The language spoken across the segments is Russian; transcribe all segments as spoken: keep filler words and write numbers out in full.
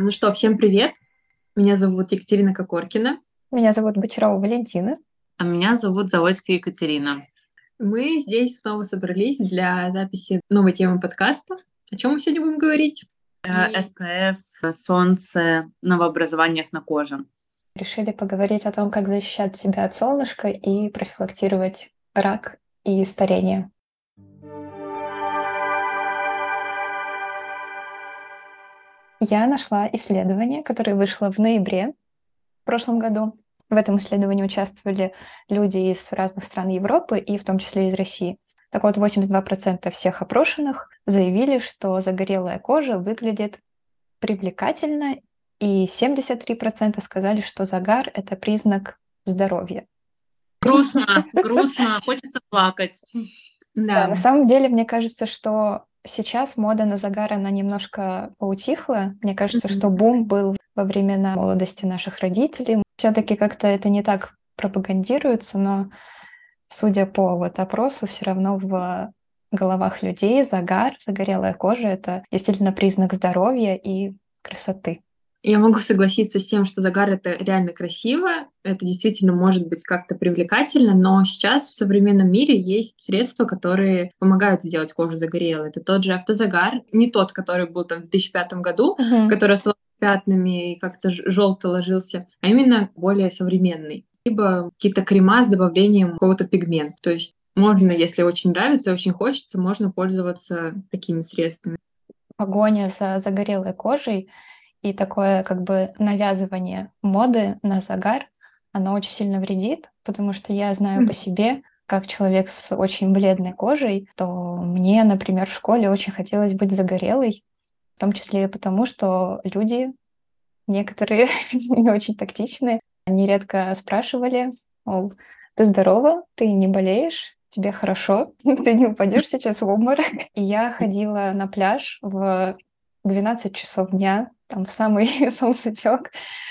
Ну что, всем привет! Меня зовут Екатерина Кокоркина. Меня зовут Бочарова Валентина. А меня зовут Заводская Екатерина. Мы здесь снова собрались для записи новой темы подкаста. О чем мы сегодня будем говорить? Э, эс пэ эф, солнце, новообразованиях на коже. Решили поговорить о том, как защищать себя от солнышка и профилактировать рак и старение. Я нашла исследование, которое вышло в ноябре в прошлом году. В этом исследовании участвовали люди из разных стран Европы и в том числе из России. Так вот, восемьдесят два процента всех опрошенных заявили, что загорелая кожа выглядит привлекательно, и семьдесят три процента сказали, что загар — это признак здоровья. Грустно, грустно, хочется плакать. Да, на самом деле, мне кажется, что сейчас мода на загар, она немножко поутихла. Мне кажется, что бум был во времена молодости наших родителей. Все-таки как-то это не так пропагандируется, но, судя по вот опросу, все равно в головах людей загар, загорелая кожа — это действительно признак здоровья и красоты. Я могу согласиться с тем, что загар — это реально красиво, это действительно может быть как-то привлекательно, но сейчас в современном мире есть средства, которые помогают сделать кожу загорелой. Это тот же автозагар, не тот, который был там в две тысячи пятом году, Мгм. который оставался пятнами и как-то желто ложился, а именно более современный. Либо какие-то крема с добавлением какого-то пигмента. То есть можно, если очень нравится, очень хочется, можно пользоваться такими средствами. Погоня за загорелой кожей и такое как бы навязывание моды на загар, оно очень сильно вредит, потому что я знаю по себе, как человек с очень бледной кожей, то мне, например, в школе очень хотелось быть загорелой, в том числе и потому, что люди, некоторые не очень тактичные, они редко спрашивали, мол, ты здорова, ты не болеешь, тебе хорошо, ты не упадешь сейчас в обморок. И я ходила на пляж в двенадцать часов дня, там самый солнцепек.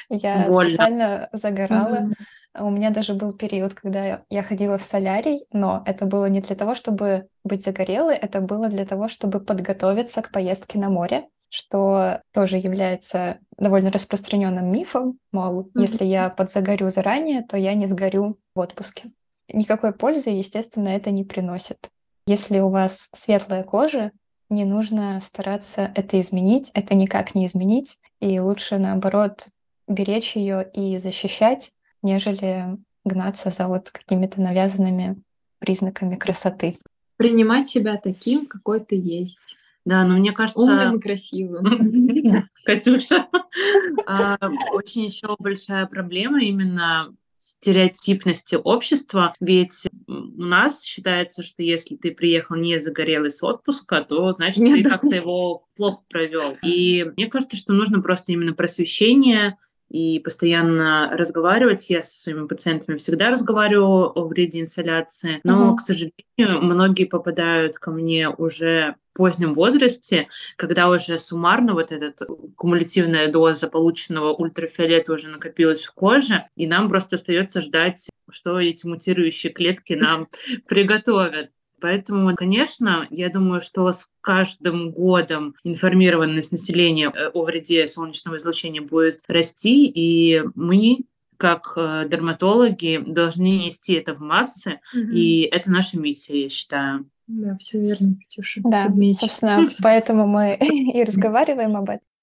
Я Больно. специально загорала. У меня даже был период, когда я ходила в солярий, но это было не для того, чтобы быть загорелой, это было для того, чтобы подготовиться к поездке на море, что тоже является довольно распространенным мифом, мол, если я подзагорю заранее, то я не сгорю в отпуске. Никакой пользы, естественно, это не приносит. Если у вас светлая кожа, не нужно стараться это изменить, это никак не изменить, и лучше, наоборот, беречь ее и защищать, нежели гнаться за вот какими-то навязанными признаками красоты. Принимать себя таким, какой ты есть. Да, но мне кажется... Умным и красивым. Да, Катюша. А, Очень еще большая проблема именно стереотипности общества, ведь у нас считается, что если ты приехал не загорелый с отпуска, то значит Нет, ты да. как-то его плохо провел. И мне кажется, что нужно просто именно просвещение и постоянно разговаривать. Я со своими пациентами всегда разговариваю о вреде инсоляции, но, Мгм. к сожалению, многие попадают ко мне уже в позднем возрасте, когда уже суммарно вот эта кумулятивная доза полученного ультрафиолета уже накопилась в коже, и нам просто остается ждать, что эти мутирующие клетки нам приготовят. Поэтому, конечно, я думаю, что с каждым годом информированность населения э, о вреде солнечного излучения будет расти, и мы, как э, дерматологи, должны нести это в массы, Мгм. и это наша миссия, я считаю. Да, все верно, Катюша. Да, Подмечено. собственно, поэтому мы и разговариваем об этом.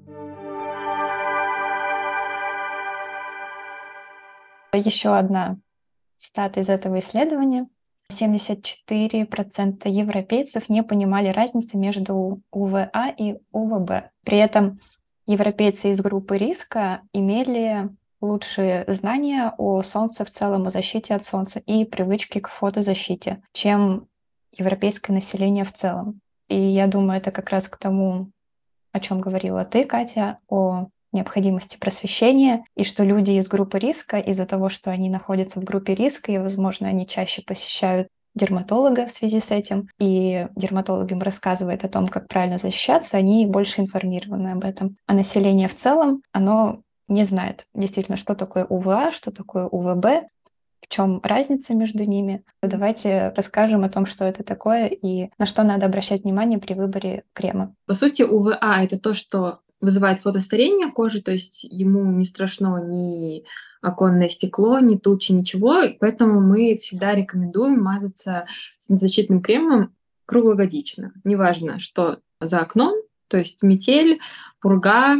Еще одна цитата из этого исследования. семьдесят четыре процента европейцев не понимали разницы между у вэ а и у вэ бэ. При этом европейцы из группы риска имели лучшие знания о солнце в целом, о защите от солнца и привычки к фотозащите, чем европейское население в целом. И я думаю, это как раз к тому, о чем говорила ты, Катя, о необходимости просвещения, и что люди из группы риска, из-за того, что они находятся в группе риска, и, возможно, они чаще посещают дерматолога в связи с этим, и дерматолог им рассказывает о том, как правильно защищаться, они больше информированы об этом. А население в целом, оно не знает действительно, что такое у вэ а, что такое у вэ бэ, в чем разница между ними. Давайте расскажем о том, что это такое и на что надо обращать внимание при выборе крема. По сути, у вэ а — это то, что вызывает фотостарение кожи, то есть ему не страшно ни оконное стекло, ни тучи, ничего. И поэтому мы всегда рекомендуем мазаться солнцезащитным кремом круглогодично. Неважно, что за окном, то есть метель, пурга,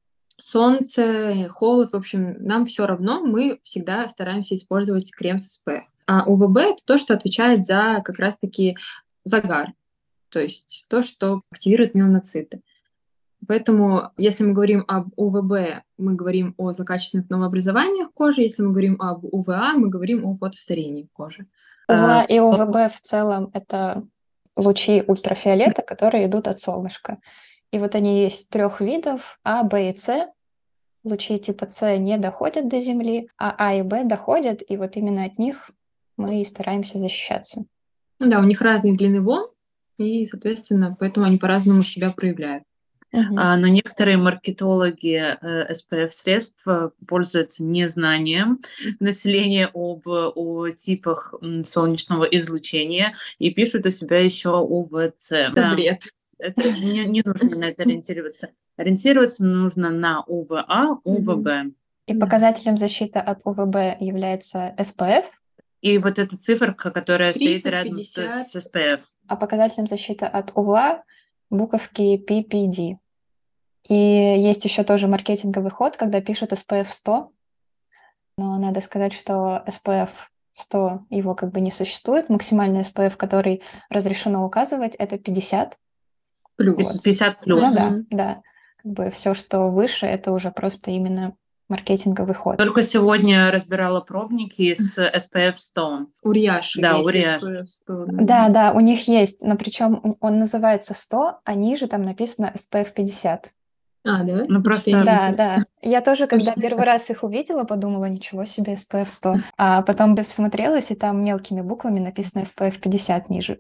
солнце, холод, в общем, нам все равно, мы всегда стараемся использовать крем с эс пэ эф. А у вэ бэ это то, что отвечает за как раз-таки загар, то есть то, что активирует меланоциты. Поэтому, если мы говорим об у вэ бэ, мы говорим о злокачественных новообразованиях кожи, если мы говорим об у вэ а, мы говорим о фотостарении кожи. УВА и у вэ бэ в целом — это лучи ультрафиолета, которые идут от солнышка. И вот они есть трех видов: А, Б и С. Лучи типа С не доходят до Земли, а А и Б доходят, и вот именно от них мы и стараемся защищаться. Ну да, у них разные длины волн, и, соответственно, поэтому они по-разному себя проявляют. Мгм. А, Но некоторые маркетологи э, эс пэ эф-средств пользуются незнанием населения об о типах м, солнечного излучения и пишут у себя еще у вэ цэ. Это Да, бред. это не, не нужно на это ориентироваться. Ориентироваться нужно на у вэ а, у вэ бэ. И Да. показателем защиты от у вэ бэ является эс пэ эф, И вот эта циферка, которая стоит тридцать, рядом с, пятьдесят. с эс пэ эф. а показателем защиты от у вэ а буковки пи пи ди. И есть еще тоже маркетинговый ход, когда пишут эс пэ эф сто, но надо сказать, что эс пэ эф сто, его как бы не существует. Максимальный эс пэ эф, который разрешено указывать, это пятьдесят. Плюс. пятьдесят Ну плюс. да, Мгм. да. Как бы все, что выше, это уже просто именно маркетинговый ход. Только сегодня разбирала пробники с эс пэ эф сто. У Рьяши Да, есть у Рьяши. эс пэ эф сто. Да, да, у них есть, но причем он называется сто, а ниже там написано эс пэ эф пятьдесят. А, да? Ну, просто- Я не Да, видела. да. Я тоже, когда Очень первый раз их увидела, подумала, ничего себе, эс пэ эф сто. А потом посмотрелась, и там мелкими буквами написано эс пэ эф пятьдесят ниже.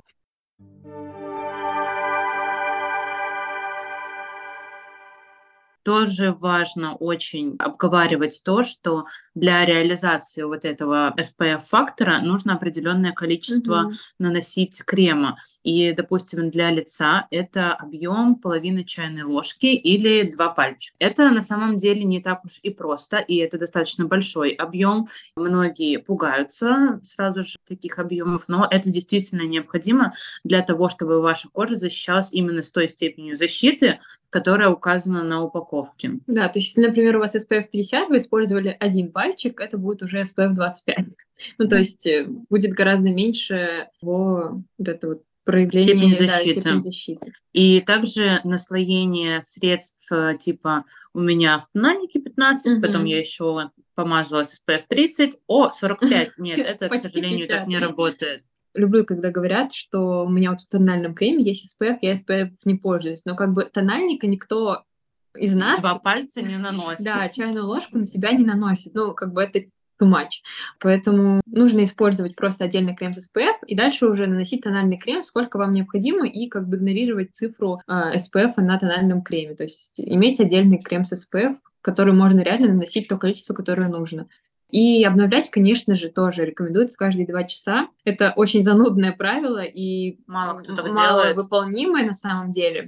Тоже важно очень обговаривать то, что для реализации вот этого эс пэ эф-фактора нужно определенное количество Мгм. наносить крема. И, допустим, для лица это объем половины чайной ложки или два пальчика. Это на самом деле не так уж и просто, и это достаточно большой объем. Многие пугаются сразу же таких объемов, но это действительно необходимо для того, чтобы ваша кожа защищалась именно с той степенью защиты, которая указана на упаковке. Да, то есть, если, например, у вас эс пэ эф пятьдесят, вы использовали один пальчик, это будет уже эс пэ эф двадцать пять. Ну, то Мгм. есть э, будет гораздо меньше его вот это вот проявление, Степень да, защиты. степень защиты. И также наслоение средств э, типа у меня в тональнике пятнадцать, Мгм. потом я еще помазала с эс пэ эф тридцать, о, сорок пять. Нет, это, к Почти сожалению, так пятьдесят. не работает. Люблю, когда говорят, что у меня вот в тональном креме есть эс пэ эф, я эс пэ эф не пользуюсь. Но как бы тональника никто из нас, Два пальца не наносит. да, чайную ложку на себя не наносит. Ну, как бы это too much. Поэтому нужно использовать просто отдельный крем с эс пэ эф и дальше уже наносить тональный крем, сколько вам необходимо, и как бы игнорировать цифру э, эс пэ эф на тональном креме. То есть иметь отдельный крем с эс пэ эф, который можно реально наносить то количество, которое нужно. И обновлять, конечно же, тоже рекомендуется каждые два часа. Это очень занудное правило и Мало кто так мало делает. выполнимое на самом деле.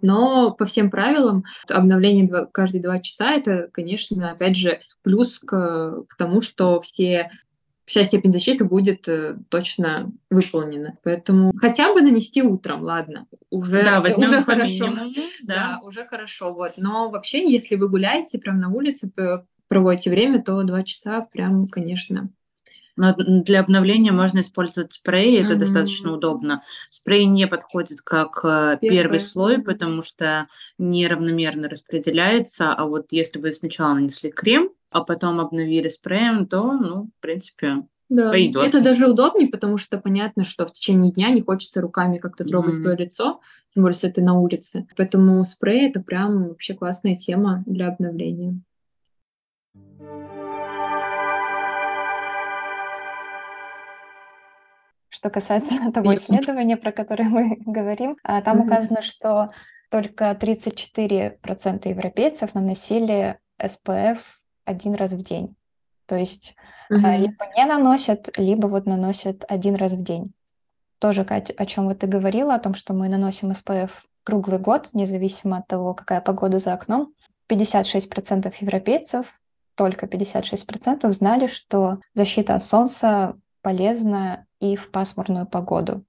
Но по всем правилам обновление два, каждые два часа — это, конечно, опять же, плюс к, к тому, что все, вся степень защиты будет э, точно выполнена. Поэтому хотя бы нанести утром, ладно, уже, Да, э, возьмем уже по хорошо. минимуму, Да. да. уже хорошо. Вот. Но вообще, если вы гуляете прям на улице, п- проводите время, то два часа прям, конечно. Но для обновления можно использовать спрей, это Мгм. достаточно удобно. Спрей не подходит как э, Первый. первый слой, Мгм. потому что неравномерно распределяется, а вот если вы сначала нанесли крем, а потом обновили спреем, то, ну, в принципе, Да, пойдет. это даже удобнее, потому что понятно, что в течение дня не хочется руками как-то трогать Мгм. свое лицо, тем более, если ты на улице. Поэтому спрей — это прям вообще классная тема для обновления. Что касается того И- исследования, про которое мы говорим, а, там Мгм. указано, что только тридцать четыре процента европейцев наносили эс пэ эф один раз в день. То есть а, Мгм. либо не наносят, либо вот наносят один раз в день. Тоже, Катя, о чем вот ты говорила, о том, что мы наносим эс пэ эф круглый год, независимо от того, какая погода за окном. пятьдесят шесть процентов европейцев, только пятьдесят шесть процентов знали, что защита от солнца полезна и в пасмурную погоду.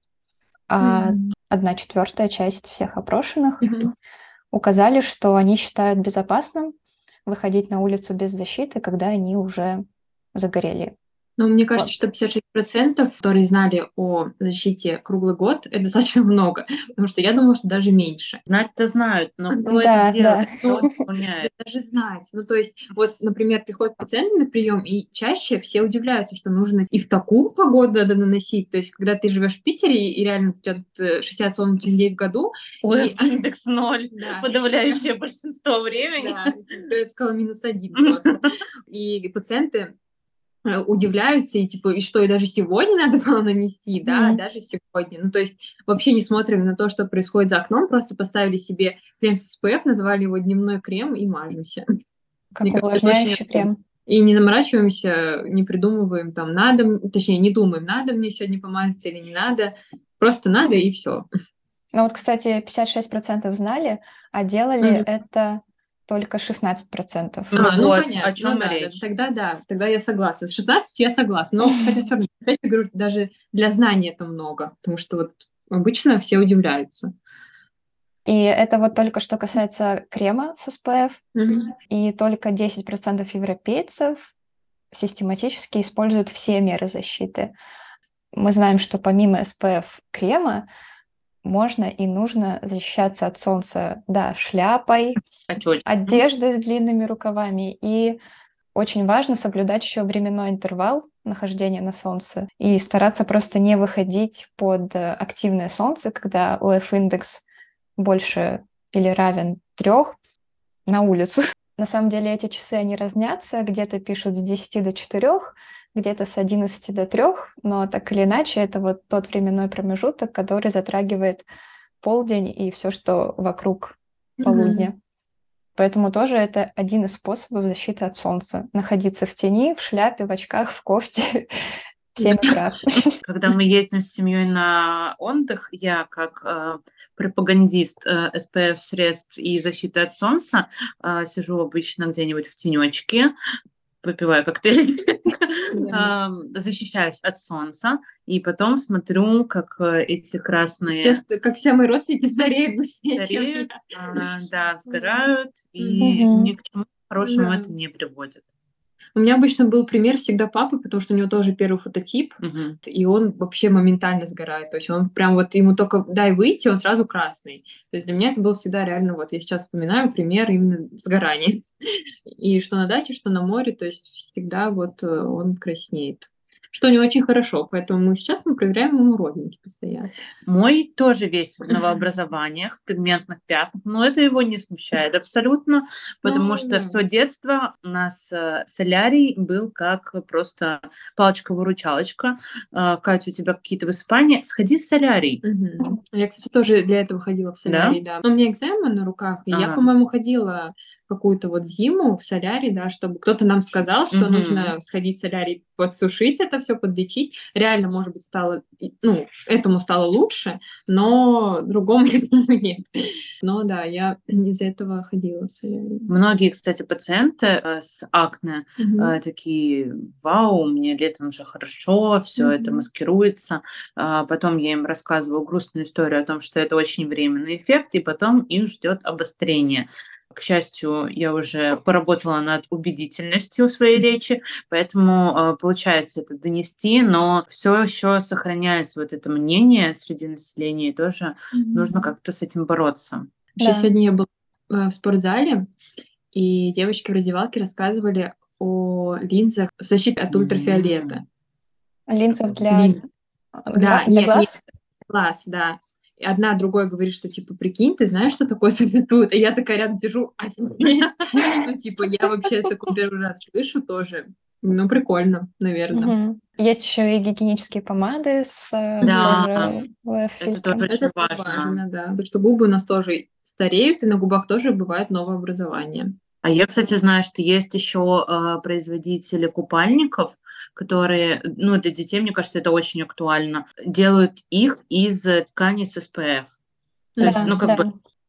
А Мгм. одна четвертая часть всех опрошенных Мгм. указали, что они считают безопасным выходить на улицу без защиты, когда они уже загорели. Ну, мне кажется, Вот. что пятьдесят шесть процентов, которые знали о защите круглый год, это достаточно много, потому что я думала, что даже меньше. Знать-то знают, но кто это Да, да. делает, кто Ну, исполняет? даже знать. Ну, то есть, вот, например, приходят пациенты на прием, и чаще все удивляются, что нужно и в такую погоду надо наносить. То есть, когда ты живешь в Питере, и реально у тебя тут э, шестьдесят солнечных дней в году, У и... индекс ноль, Да. подавляющее большинство времени. Да, я бы сказала, минус один просто. И пациенты э, удивляются, и типа, и что, и даже сегодня надо было нанести, да, Мгм. даже сегодня. Ну, то есть вообще не смотрим на то, что происходит за окном, просто поставили себе крем с эс пэ эф, назвали его дневной крем и мажемся. Как Мне кажется, это очень увлажняющий удобно. крем. И не заморачиваемся, не придумываем, там, надо, м- точнее, не думаем, надо мне сегодня помазаться или не надо, просто надо и все. Ну вот, кстати, пятьдесят шесть процентов знали, а делали это только шестнадцать процентов. Ну А, ну вот, о понятно, чем ну да, да, речь. тогда да, тогда я согласна. С шестнадцать я согласна, но хотя все равно, кстати, говорю, даже для знаний это много, потому что вот обычно все удивляются. И это вот только что касается крема с эс пэ эф, Мгм. и только десять процентов европейцев систематически используют все меры защиты. Мы знаем, что помимо эс пэ эф крема можно и нужно защищаться от солнца, да, шляпой, Очечки. одеждой с длинными рукавами. И очень важно соблюдать еще временной интервал нахождения на солнце и стараться просто не выходить под э, активное солнце, когда у эф-индекс больше или равен трех на улицу. На самом деле эти часы, они разнятся. Где-то пишут с десяти до четырёх, где-то с одиннадцати до трёх, но так или иначе это вот тот временной промежуток, который затрагивает полдень и все, что вокруг Мгм. полудня. Поэтому тоже это один из способов защиты от солнца. Находиться в тени, в шляпе, в очках, в кофте в семь утра. Когда мы ездим с семьей на отдых, я как э, пропагандист э, эс пэ эф-средств и защиты от солнца э, сижу обычно где-нибудь в тенечке, выпиваю коктейль, Да. ам, защищаюсь от солнца, и потом смотрю, как э, эти Все, красные ст- как все мои родственники, стареют быстрее, чем стареют, я. а, да, сгорают, и Мгм. ни к чему хорошему Да. это не приводит. У меня обычно был пример всегда папы, потому что у него тоже первый фототип, Мгм. и он вообще моментально сгорает. То есть он прям вот, ему только дай выйти, он сразу красный. То есть для меня это был всегда реально, вот я сейчас вспоминаю пример именно сгорания. И что на даче, что на море, то есть всегда вот э, он краснеет. Что не очень хорошо, поэтому мы сейчас мы проверяем ему родинки постоянно. Мой тоже весь в новообразованиях, в пигментных пятнах, но это его не смущает абсолютно, потому Ну, что да. все детство у нас э, солярий был как просто палочка-выручалочка. Э, Катя, у тебя какие-то высыпания? Сходи в солярий, Мгм. Я, кстати, тоже для этого ходила в да? солярий, да. Но у меня экзема на руках, и я, А, по-моему, ходила какую-то вот зиму в солярий, да, чтобы кто-то нам сказал, что мгм. нужно сходить в солярий, подсушить это все, подлечить. Реально, может быть, стало, и- ну, этому стало лучше, но другому этому нет. Но да, я из-за этого ходила в солярий. Многие, кстати, пациенты э, с акне Мгм. э, такие: вау, мне летом же хорошо, все это Мгм. маскируется. А Потом я им рассказываю грустную историю о том, что это очень временный эффект, и потом их ждет обострение. К счастью, я уже поработала над убедительностью своей речи, поэтому э, получается это донести, но все еще сохраняется вот это мнение среди населения, и тоже нужно Мгм. как-то с этим бороться. Вообще, Да. сегодня я была э, в спортзале, и девочки в раздевалке рассказывали о линзах защиты от ультрафиолета. Линзов для, Линз. гла- Да, для нет, нет, глаз. глаз, да. И одна другой говорит, что, типа, прикинь, ты знаешь, что такое существует? И я такая рядом сижу, офигеть. Ну, типа, я вообще такой первый раз слышу тоже. Ну, прикольно, наверное. Мгм. Есть еще и гигиенические помады с э, Да, тоже это тоже ю эф-фильтром. очень Это важно. важно, да. Потому что губы у нас тоже стареют, и на губах тоже бывает новое образование. А я, кстати, знаю, что есть еще э, производители купальников, которые, ну, для детей, мне кажется, это очень актуально, делают их из э, ткани с эс пэ эф. То есть, Да, ну, как бы да.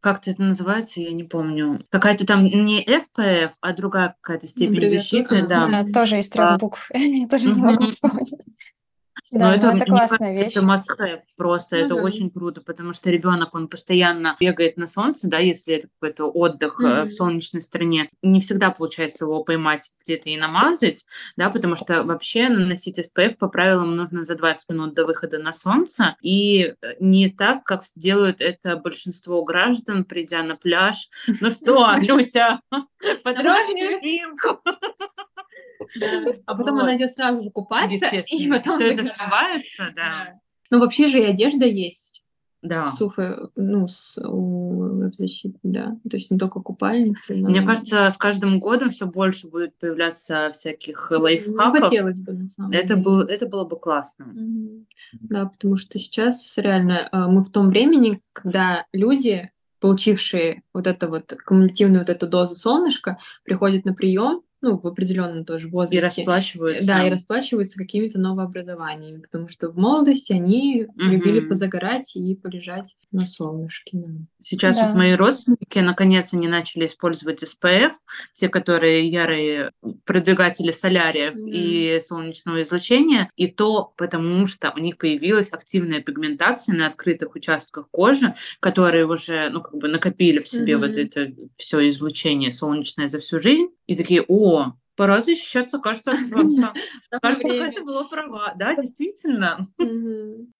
Как-то это называется, я не помню. Какая-то там не эс пэ эф, а другая какая-то степень Аббревиатура. защиты, да. Да, тоже из трех А, букв. Я тоже не могу мгм. вспомнить. Но Да, но это, это мне кажется, классная это вещь. must have просто, Ну это да. очень круто, потому что ребенок, он постоянно бегает на солнце, да, если это какой-то отдых э, в Мгм. солнечной стране. Не всегда получается его поймать где-то и намазать, да, потому что вообще наносить эс пэ эф по правилам нужно за двадцать минут до выхода на солнце, и э, не так, как делают это большинство граждан, придя на пляж. Ну что, Люся, подразним Намажете. Димку. Да. А потом она Вот. идет сразу же купаться и Естественно. потом Что это загорает. смывается, да. Да. Ну, вообще же и одежда есть. Да. С уфа ну, с у веб-защиты, да. То есть не только купальники, Мне но кажется, с каждым годом все больше будет появляться всяких Мгм. Ну, лайфхаков. хотелось бы, на самом Это был деле. это было бы классно. Мгм. Да, потому что сейчас реально, э, мы в том времени, когда люди, получившие вот это вот кумулятивную вот эту дозу солнышка, приходят на прием, ну, в определенном тоже И возрасте, э, да, и расплачиваются. расплачиваются какими-то новообразованиями, потому что в молодости они любили Мгм. позагорать и полежать на солнышке, да. Сейчас вот Да. мои родственники, наконец, они начали использовать эс пэ эф, те, которые ярые продвигатели соляриев Мгм. и солнечного излучения, и то потому, что у них появилась активная пигментация на открытых участках кожи, которые уже, ну, как бы накопили в себе вот Мгм. это все излучение солнечное за всю жизнь, и такие: "О, пора защищаться, кажется, от солнца". Самое Кажется, время. Катя была права. Да, действительно. Мгм.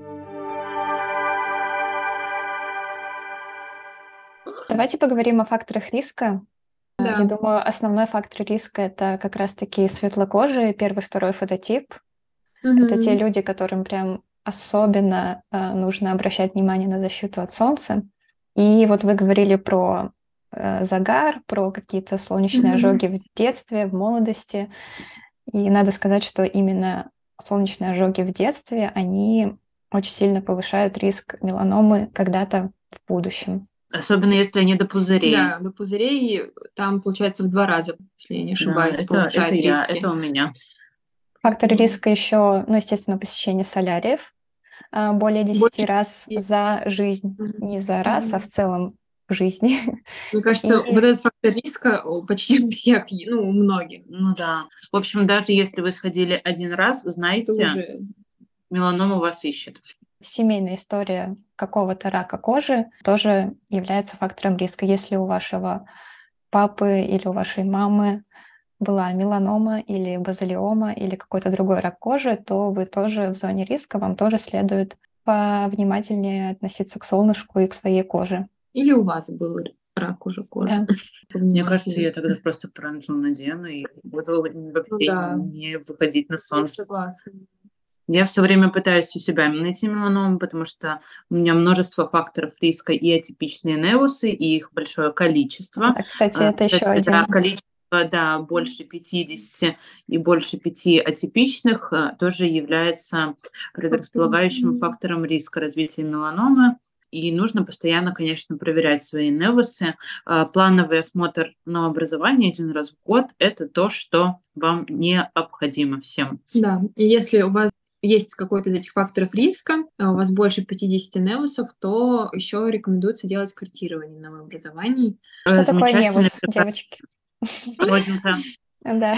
Давайте поговорим о факторах риска. А, Я Да. думаю, основной фактор риска — это как раз-таки светлокожие, первый, второй фототип. Это те Мгм. люди, которым прям особенно а, нужно обращать внимание на защиту от солнца. И вот вы говорили про э, загар, про какие-то солнечные Мгм. ожоги в детстве, в молодости. И надо сказать, что именно солнечные ожоги в детстве, они очень сильно повышают риск меланомы когда-то в будущем. Особенно если они до пузырей. Да, до пузырей там, получается, в два раза, если я не Да, ошибаюсь, это это повышает я, риски. это у меня. Фактор Мгм. риска еще, ну, естественно, посещение соляриев а, более десяти Больше раз есть. за жизнь. Мгм. Не за раз, а в Мгм. целом в жизни. Мне кажется, И вот этот фактор риска у почти у всех, е ну, у многих. Ну да. В общем, даже если вы сходили один раз, Это знайте, уже меланома вас ищет. семейная история какого-то рака кожи тоже является фактором риска. Если у вашего папы или у вашей мамы была меланома или базалиома или какой-то другой рак кожи, то вы тоже в зоне риска, вам тоже следует повнимательнее относиться к солнышку и к своей коже. или у вас был р рак уже кожи. Да. Мне кажется, я Повнимательнее. тогда просто паранджу надену и буду Ну вообще да, не выходить на я солнце. согласна. Я все время пытаюсь у себя найти меланому, потому что у меня множество факторов риска и атипичные невусы, и их большое количество. Да, кстати, А, это еще это один. количество, да, больше пятидесяти и больше пяти атипичных а, тоже является предрасполагающим Мгм. фактором риска развития меланомы. И нужно постоянно, конечно, проверять свои невусы. А, Плановый осмотр новообразования один раз в год — это то, что вам необходимо всем. Да, и если у вас есть какой-то из этих факторов риска, а у вас больше пятидесяти невусов, то еще рекомендуется делать картирование новообразований. Что Э, такое Замечательно, невус, прекрасно. девочки? Родинка. Да.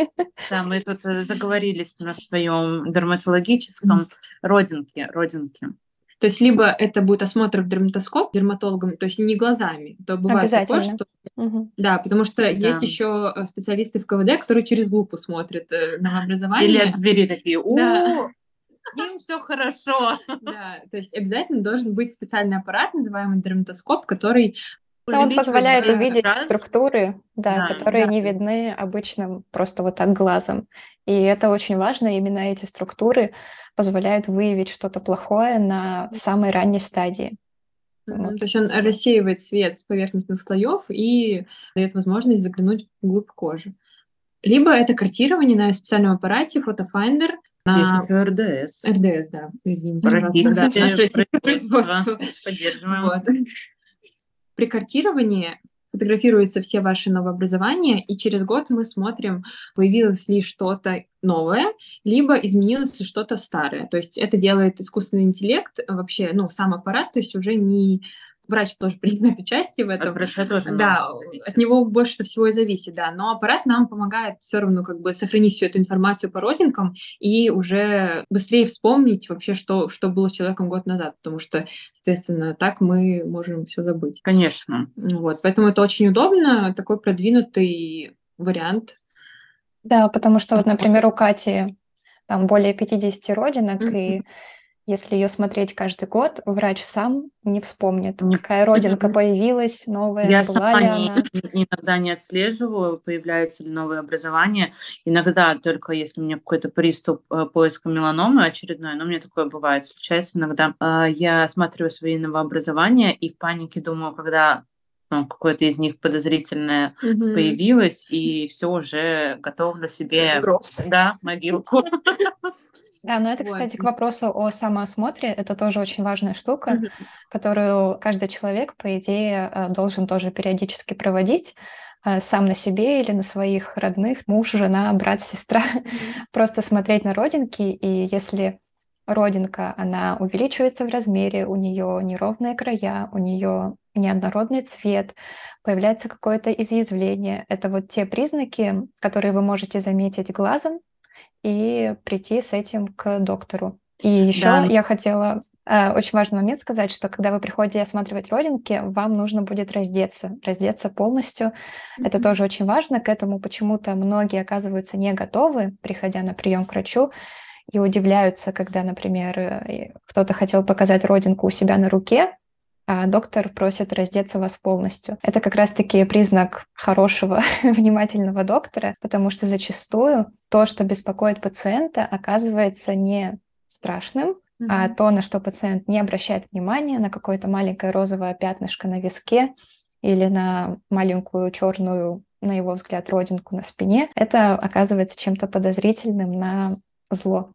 Да, мы тут э, заговорились на своем дерматологическом. Родинки, родинки. То есть либо это будет осмотр в дерматоскоп дерматологом, то есть не глазами. То бывает такое, Обязательно. что Мгм. да, потому что есть Да. еще э, специалисты в ка вэ дэ, которые через лупу смотрят э, Или новообразование. от двери такие: Да, "У, с ним все хорошо". да, то есть обязательно должен быть специальный аппарат, называемый дерматоскоп, который Но он Увеличивать в позволяет десять увидеть раз. структуры, да, Да. которые да, не видны обычным просто вот так глазом. И это очень важно. Именно эти структуры позволяют выявить что-то плохое на самой ранней стадии. мгм, Вот. то есть он рассеивает свет с поверхностных слоев и дает возможность заглянуть вглубь кожи. Либо это картирование на специальном аппарате Photofinder Есть на еще эр дэ эс. эр дэ эс, да, извините, пожалуйста, да, Российское наше российское производство. производство. Поддерживаем. Вот. При картировании фотографируются все ваши новообразования, и через год мы смотрим, появилось ли что-то новое, либо изменилось ли что-то старое. То есть это делает искусственный интеллект, э, вообще, ну, сам аппарат, то есть уже не врач тоже принимает участие в От этом. врача тоже Да, много зависит. от него больше всего и зависит, да. Но аппарат нам помогает все равно как бы сохранить всю эту информацию по родинкам и уже быстрее вспомнить вообще, что, что было с человеком год назад, потому что, соответственно, так мы можем все забыть. Конечно. Вот, поэтому это очень удобно, такой продвинутый вариант. Да, потому что, вот, например, у Кати там более пятидесяти родинок, Мгм. и если ее смотреть каждый год, врач сам не вспомнит, Не- какая родинка появилась, новая, Я была сама ли не, она. иногда не отслеживаю, появляются ли новые образования. Иногда только если у меня какой-то приступ э, поиска меланомы очередной, но у меня такое бывает, случается иногда. Э, я осматриваю свои новообразования и в панике думаю, когда ну, какое-то из них подозрительное Мгм. появилось, и все уже готовлю себе, Гроб. да, могилку. Да, но это, Вот. кстати, к вопросу о самоосмотре. Это тоже очень важная штука, Мгм. которую каждый человек, по идее, э, должен тоже периодически проводить э, сам на себе или на своих родных, муж, жена, брат, сестра. Мгм. Просто смотреть на родинки, и если родинка, она увеличивается в размере, у нее неровные края, у нее неоднородный цвет, появляется какое-то изъязвление. Это вот те признаки, которые вы можете заметить глазом, и прийти с этим к доктору. И еще Да, я хотела э, очень важный момент сказать, что когда вы приходите осматривать родинки, вам нужно будет раздеться, раздеться полностью. Это Мгм. тоже очень важно. К этому почему-то многие оказываются не готовы, приходя на прием к врачу, и удивляются, когда, например, э, кто-то хотел показать родинку у себя на руке, а доктор просит раздеться вас полностью. Это как раз-таки признак хорошего, внимательного доктора, потому что зачастую то, что беспокоит пациента, оказывается не страшным, а Мгм. то, на что пациент не обращает внимания, на какое-то маленькое розовое пятнышко на виске или на маленькую черную, на его взгляд, родинку на спине, это оказывается чем-то подозрительным на зло.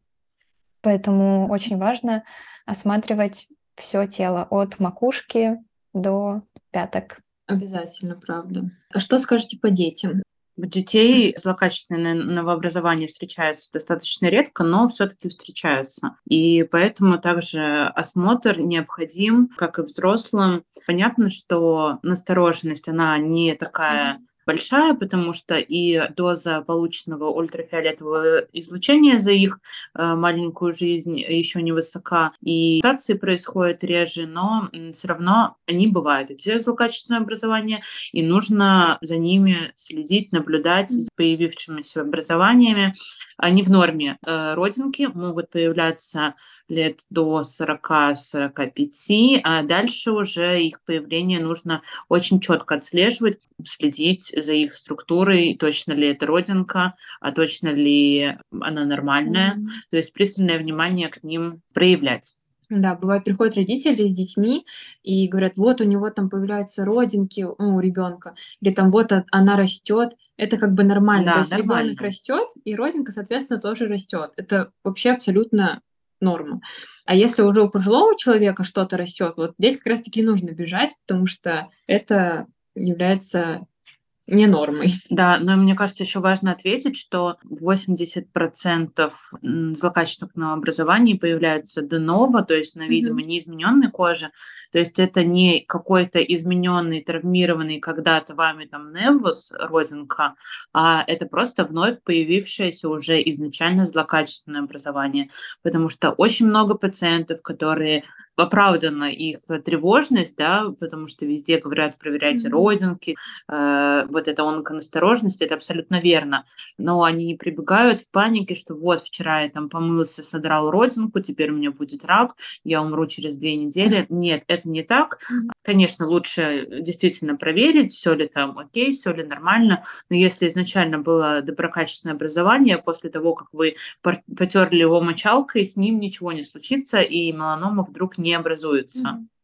Поэтому очень важно осматривать все тело от макушки до пяток. Обязательно, правда. А что скажете по детям? У детей злокачественное новообразование встречаются достаточно редко, но все-таки встречаются. И поэтому также осмотр необходим, как и взрослым. Понятно, что настороженность, она не такая большая, потому что и доза полученного ультрафиолетового излучения за их э, маленькую жизнь еще не высока, и мутации происходят реже, но все равно они бывают, эти злокачественные образования, и нужно за ними следить, наблюдать за появившимися образованиями. Они в норме. Э, Родинки могут появляться лет до сорока-сорока пяти, а дальше уже их появление нужно очень четко отслеживать, следить за их структурой, точно ли это родинка, а точно ли она нормальная. Мгм. То есть пристальное внимание к ним проявлять. Да, бывает, приходят родители с детьми и говорят, вот у него там появляются родинки, ну, у ребенка, или там вот а- она растет. Это как бы нормально. То Да, есть ребенок нормально. растет, и родинка, соответственно, тоже растет. Это вообще абсолютно норма. А если уже у пожилого человека что-то растет, вот здесь как раз-таки и нужно бежать, потому что это является не нормой. Да, но мне кажется, еще важно ответить, что восемьдесят процентов м, злокачественных новообразований появляются de novo, то есть на, видимо, Мгм. неизмененной коже. То есть это не какой-то измененный, травмированный когда-то вами там невус, родинка, а это просто вновь появившееся уже изначально злокачественное образование. Потому что очень много пациентов, которые оправдана их тревожность, да, потому что везде говорят, проверяйте Мгм. родинки, э, вот эта онконасторожность, это абсолютно верно. Но они не прибегают в панике, что вот вчера я там помылся, содрал родинку, теперь у меня будет рак, я умру через две недели. Нет, это не так. Мгм. Конечно, лучше действительно проверить, все ли там окей, все ли нормально. Но если изначально было доброкачественное образование, после того, как вы пор- потерли его мочалкой, с ним ничего не случится, и меланома вдруг не образуется. Мгм.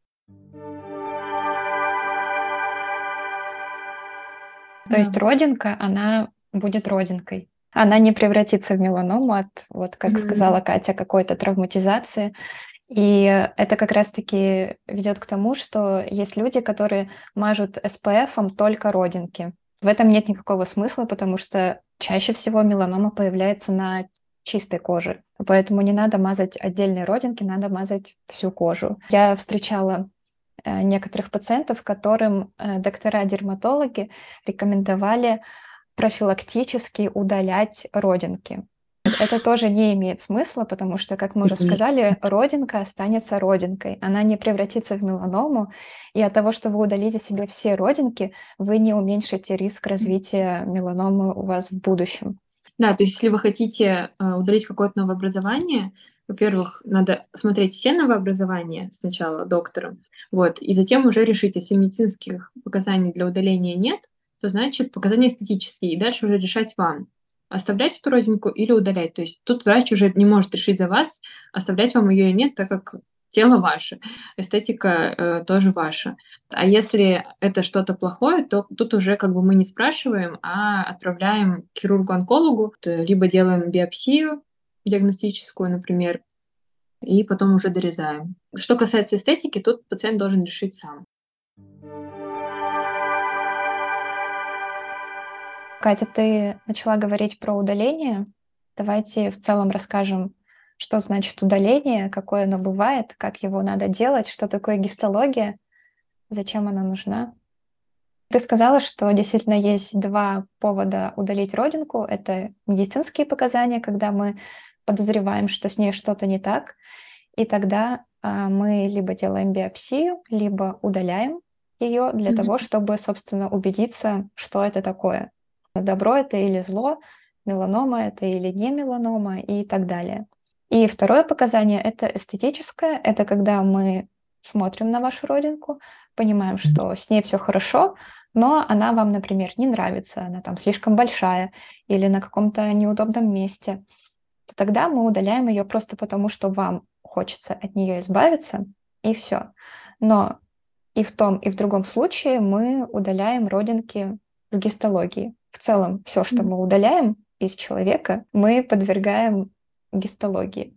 То Да. есть родинка, она будет родинкой. Она не превратится в меланому от, вот как Мгм. сказала Катя, какой-то травматизации. И это как раз-таки ведет к тому, что есть люди, которые мажут эс пэ эфом только родинки. В этом нет никакого смысла, потому что чаще всего меланома появляется на чистой коже. Поэтому не надо мазать отдельные родинки, надо мазать всю кожу. Я встречала э, некоторых пациентов, которым э, доктора-дерматологи рекомендовали профилактически удалять родинки. Это тоже не имеет смысла, потому что, как мы уже сказали, родинка останется родинкой. Она не превратится в меланому, и от того, что вы удалите себе все родинки, вы не уменьшите риск развития меланомы у вас в будущем. Да, то есть если вы хотите э, удалить какое-то новообразование, во-первых, надо смотреть все новообразования сначала доктором, вот, и затем уже решить, если медицинских показаний для удаления нет, то значит показания эстетические, и дальше уже решать вам, оставлять эту родинку или удалять. То есть тут врач уже не может решить за вас, оставлять вам ее или нет, так как тело ваше, эстетика э, тоже ваша. А если это что-то плохое, то тут уже как бы мы не спрашиваем, а отправляем к хирургу-онкологу, т- либо делаем биопсию диагностическую, например, и потом уже дорезаем. Что касается эстетики, тут пациент должен решить сам. Катя, ты начала говорить про удаление. Давайте в целом расскажем, что значит удаление, какое оно бывает, как его надо делать, что такое гистология, зачем она нужна. Ты сказала, что действительно есть два повода удалить родинку. Это медицинские показания, когда мы подозреваем, что с ней что-то не так, и тогда а, мы либо делаем биопсию, либо удаляем ее для Мгм. того, чтобы, собственно, убедиться, что это такое. Добро это или зло, меланома это или не меланома и так далее. И второе показание — это эстетическое. Это когда мы смотрим на вашу родинку, понимаем, что с ней все хорошо, но она вам, например, не нравится, она там слишком большая или на каком-то неудобном месте, то тогда мы удаляем ее просто потому, что вам хочется от нее избавиться, и все. Но и в том, и в другом случае мы удаляем родинки с гистологией. В целом, все, что мы удаляем из человека, мы подвергаем гистологии.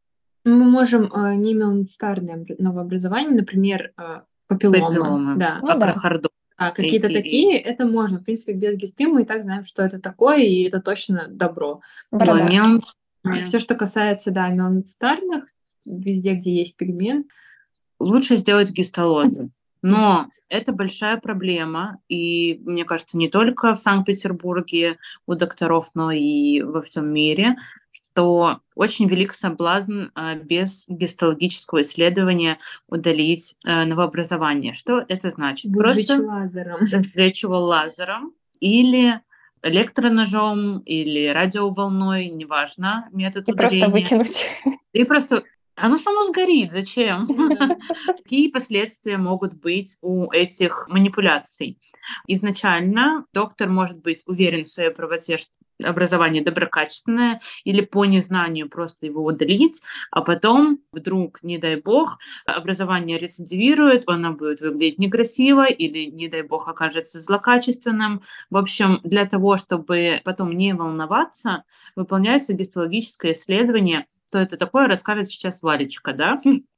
Мы можем э, не меланоцитарное обра- новообразование, например, э, папилломы, Папилломы, да. Ну да, акрохордом, А какие-то а ка а. такие, это можно. В принципе, без гисты мы и так знаем, что это такое, и это точно добро. Вот. бородавки. Все, что касается, да, меланоцитарных, везде, где есть пигмент. Лучше сделать гистологию. Но это большая проблема, и, мне кажется, не только в Санкт-Петербурге у докторов, но и во всем мире, что очень велик соблазн а, без гистологического исследования удалить а, новообразование. Что это значит? Выжечь Просто лазером. сжечь его лазером или электроножом, или радиоволной, неважно, метод И просто удаления. выкинуть. И просто оно само сгорит, зачем? Да. Какие последствия могут быть у этих манипуляций? Изначально доктор может быть уверен в своей правоте, что образование доброкачественное, или по незнанию просто его удалить, а потом вдруг, не дай бог, образование рецидивирует, оно будет выглядеть некрасиво или, не дай бог, окажется злокачественным. В общем, для того, чтобы потом не волноваться, выполняется гистологическое исследование. Что это такое, расскажет сейчас Валечка, да?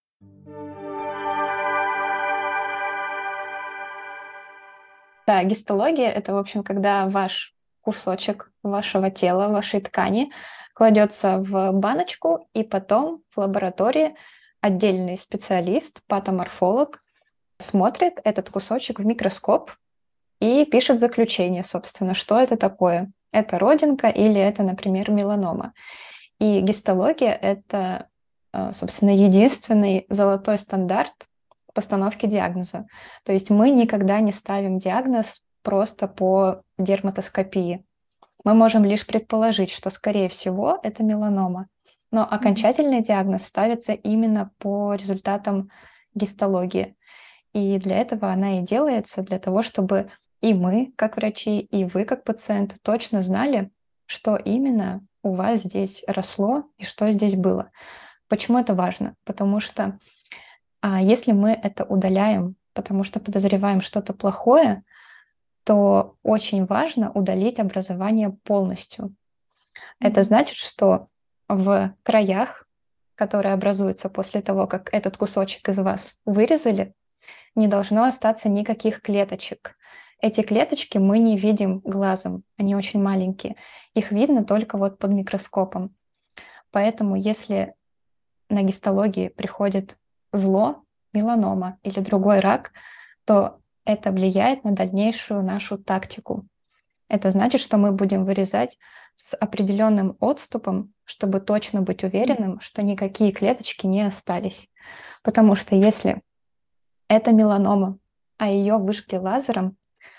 Да, гистология — это, в общем, когда ваш кусочек вашего тела, вашей ткани кладется в баночку, и потом в лаборатории отдельный специалист, патоморфолог, смотрит этот кусочек в микроскоп и пишет заключение, собственно, что это такое. Это родинка или это, например, меланома. И гистология — это, э, собственно, единственный золотой стандарт постановки диагноза. То есть мы никогда не ставим диагноз просто по дерматоскопии. Мы можем лишь предположить, что, скорее всего, это меланома. Но окончательный диагноз ставится именно по результатам гистологии. И для этого она и делается, для того, чтобы и мы, как врачи, и вы, как пациент, точно знали, что именно у вас здесь росло и что здесь было. Почему это важно? Потому что а, если мы это удаляем, потому что подозреваем что-то плохое, то очень важно удалить образование полностью. Это значит, что в краях, которые образуются после того, как этот кусочек из вас вырезали, не должно остаться никаких клеточек. Эти клеточки мы не видим глазом, они очень маленькие. Их видно только вот под микроскопом. Поэтому если на гистологии приходит зло, меланома или другой рак, то это влияет на дальнейшую нашу тактику. Это значит, что мы будем вырезать с определенным отступом, чтобы точно быть уверенным, что никакие клеточки не остались. Потому что если это меланома, а ее выжгли лазером,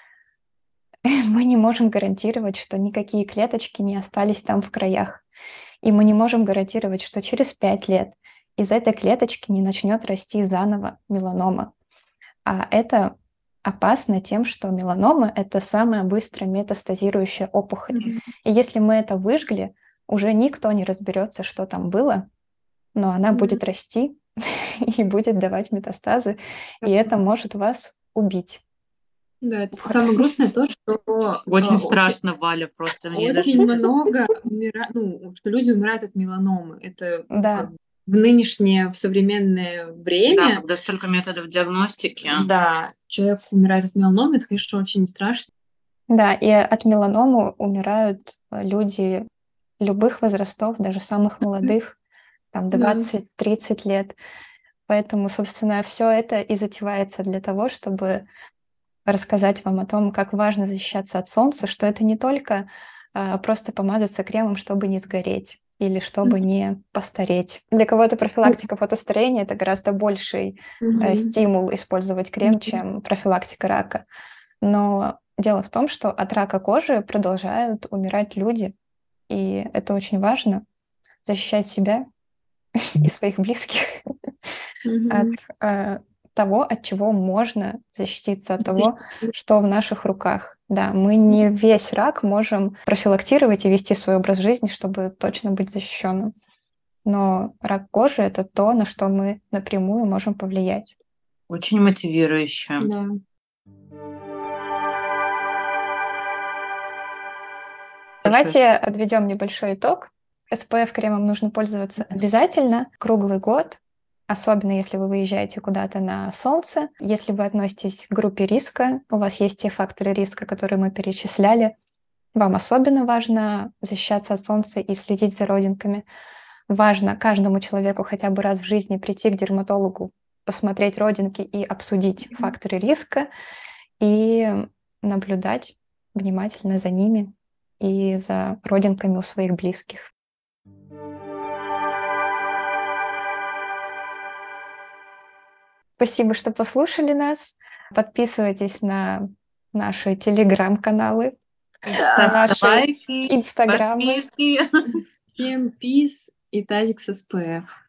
мы не можем гарантировать, что никакие клеточки не остались там в краях. И мы не можем гарантировать, что через пять лет из этой клеточки не начнет расти заново меланома. А это опасно тем, что меланома — это самая быстро метастазирующая опухоль. Мгм. И если мы это выжгли, уже никто не разберется, что там было, но она Мгм. будет расти и будет давать метастазы, и это может вас убить. Да, это Вот. самое грустное то, что а, Очень о- страшно, Валя, просто мне даже очень сейчас. много умира... ну, что люди умирают от меланомы. Это ну, Да, как бы в нынешнее, в современное Да, время, когда столько методов диагностики. да, человек умирает от меланомы, это, конечно, очень страшно. да, и от меланомы умирают э, люди любых возрастов, даже самых молодых, там Да. двадцать-тридцать лет. Поэтому, собственно, все это и затевается для того, чтобы рассказать вам о том, как важно защищаться от солнца, что это не только а, просто помазаться кремом, чтобы не сгореть или чтобы не постареть. Для кого-то профилактика фотостарения — это гораздо больший э, Мгм. стимул использовать крем, чем профилактика рака. Но дело в том, что от рака кожи продолжают умирать люди, и это очень важно — защищать себя и своих близких от Мгм. э, того, от чего можно защититься, от того, Защитить. что в наших руках. Да, мы не весь рак можем профилактировать и вести свой образ жизни, чтобы точно быть защищенным. Но рак кожи — это то, на что мы напрямую можем повлиять. Очень мотивирующе. Да. Давайте подведем небольшой итог. эс пэ эф кремом нужно пользоваться обязательно круглый год, особенно если вы выезжаете куда-то на солнце. Если вы относитесь к группе риска, у вас есть те факторы риска, которые мы перечисляли, вам особенно важно защищаться от солнца и следить за родинками. Важно каждому человеку хотя бы раз в жизни прийти к дерматологу, посмотреть родинки и обсудить факторы риска и наблюдать внимательно за ними и за родинками у своих близких. Спасибо, что послушали нас. Подписывайтесь на наши телеграм-каналы, на Ставьте наши лайки, инстаграмы. подписки. Всем пиз и тазик с эс пэ эф.